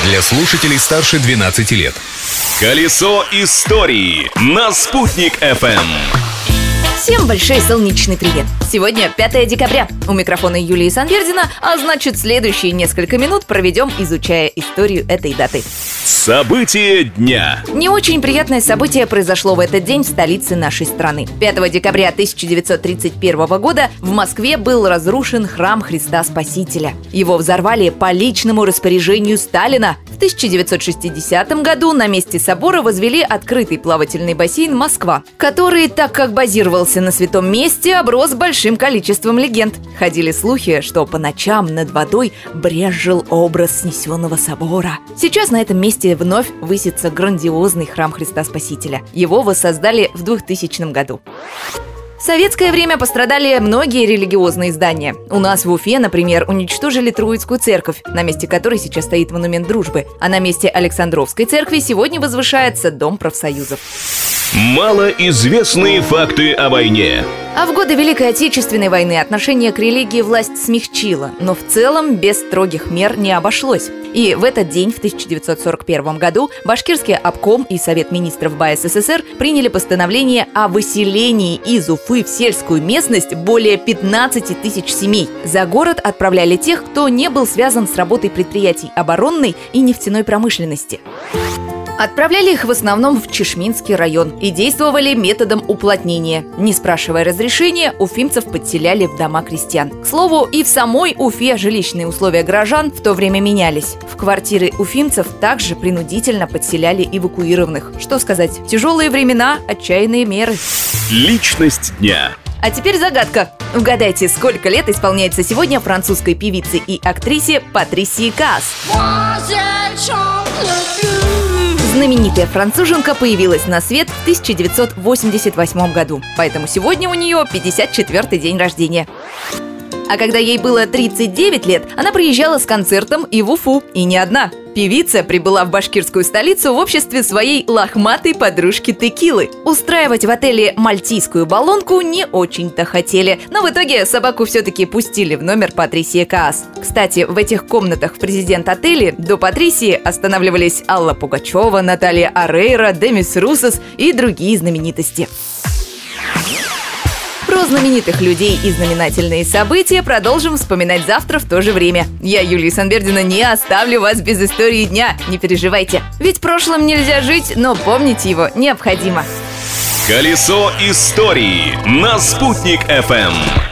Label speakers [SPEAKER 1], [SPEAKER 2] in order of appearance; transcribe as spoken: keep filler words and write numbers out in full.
[SPEAKER 1] Для слушателей старше двенадцати лет. Колесо истории на Спутник эф эм.
[SPEAKER 2] Всем большой солнечный привет! Сегодня пятое декабря. У микрофона Юлии Санвердина, а значит, следующие несколько минут проведем, изучая историю этой даты.
[SPEAKER 1] События дня.
[SPEAKER 2] Не очень приятное событие произошло в этот день в столице нашей страны. пятого декабря тысяча девятьсот тридцать первого года в Москве был разрушен храм Христа Спасителя. Его взорвали по личному распоряжению Сталина. В тысяча девятьсот шестидесятом году на месте собора возвели открытый плавательный бассейн «Москва», который, так как базировался на святом месте, оброс большим количеством легенд. Ходили слухи, что по ночам над водой брезжил образ снесенного собора. Сейчас на этом месте вновь высится грандиозный храм Христа Спасителя. Его воссоздали в двухтысячном году. В советское время пострадали многие религиозные здания. У нас в Уфе, например, уничтожили Троицкую церковь, на месте которой сейчас стоит монумент дружбы. А на месте Александровской церкви сегодня возвышается Дом профсоюзов.
[SPEAKER 1] Малоизвестные факты о войне.
[SPEAKER 2] А в годы Великой Отечественной войны отношение к религии власть смягчила, но в целом без строгих мер не обошлось. И в этот день, в тысяча девятьсот сорок первом году, Башкирский обком и Совет министров БАССР приняли постановление о выселении из Уфы в сельскую местность более пятнадцати тысяч семей. За город отправляли тех, кто не был связан с работой предприятий оборонной и нефтяной промышленности. Отправляли их в основном в Чешминский район и действовали методом уплотнения. Не спрашивая разрешения, уфимцев подселяли в дома крестьян. К слову, и в самой Уфе жилищные условия горожан в то время менялись. В квартиры уфимцев также принудительно подселяли эвакуированных. Что сказать, тяжелые времена, отчаянные меры.
[SPEAKER 1] Личность дня.
[SPEAKER 2] А теперь загадка. Угадайте, сколько лет исполняется сегодня французской певице и актрисе Патрисии Каас. Знаменитая француженка появилась на свет в тысяча девятьсот восемьдесят восьмом году, поэтому сегодня у нее пятьдесят четвёртый день рождения. А когда ей было тридцать девять лет, она приезжала с концертом и в Уфу, и не одна. Певица прибыла в башкирскую столицу в обществе своей лохматой подружки Текилы. Устраивать в отеле мальтийскую баллонку не очень-то хотели, но в итоге собаку все-таки пустили в номер Патрисии Каас. Кстати, в этих комнатах в президент-отеле до Патрисии останавливались Алла Пугачева, Наталья Орейро, Демис Руссос и другие знаменитости. Про знаменитых людей и знаменательные события продолжим вспоминать завтра в то же время. Я, Юлия Санвердина, не оставлю вас без истории дня, не переживайте. Ведь прошлым нельзя жить, но помнить его необходимо.
[SPEAKER 1] Колесо истории на Спутник эф эм.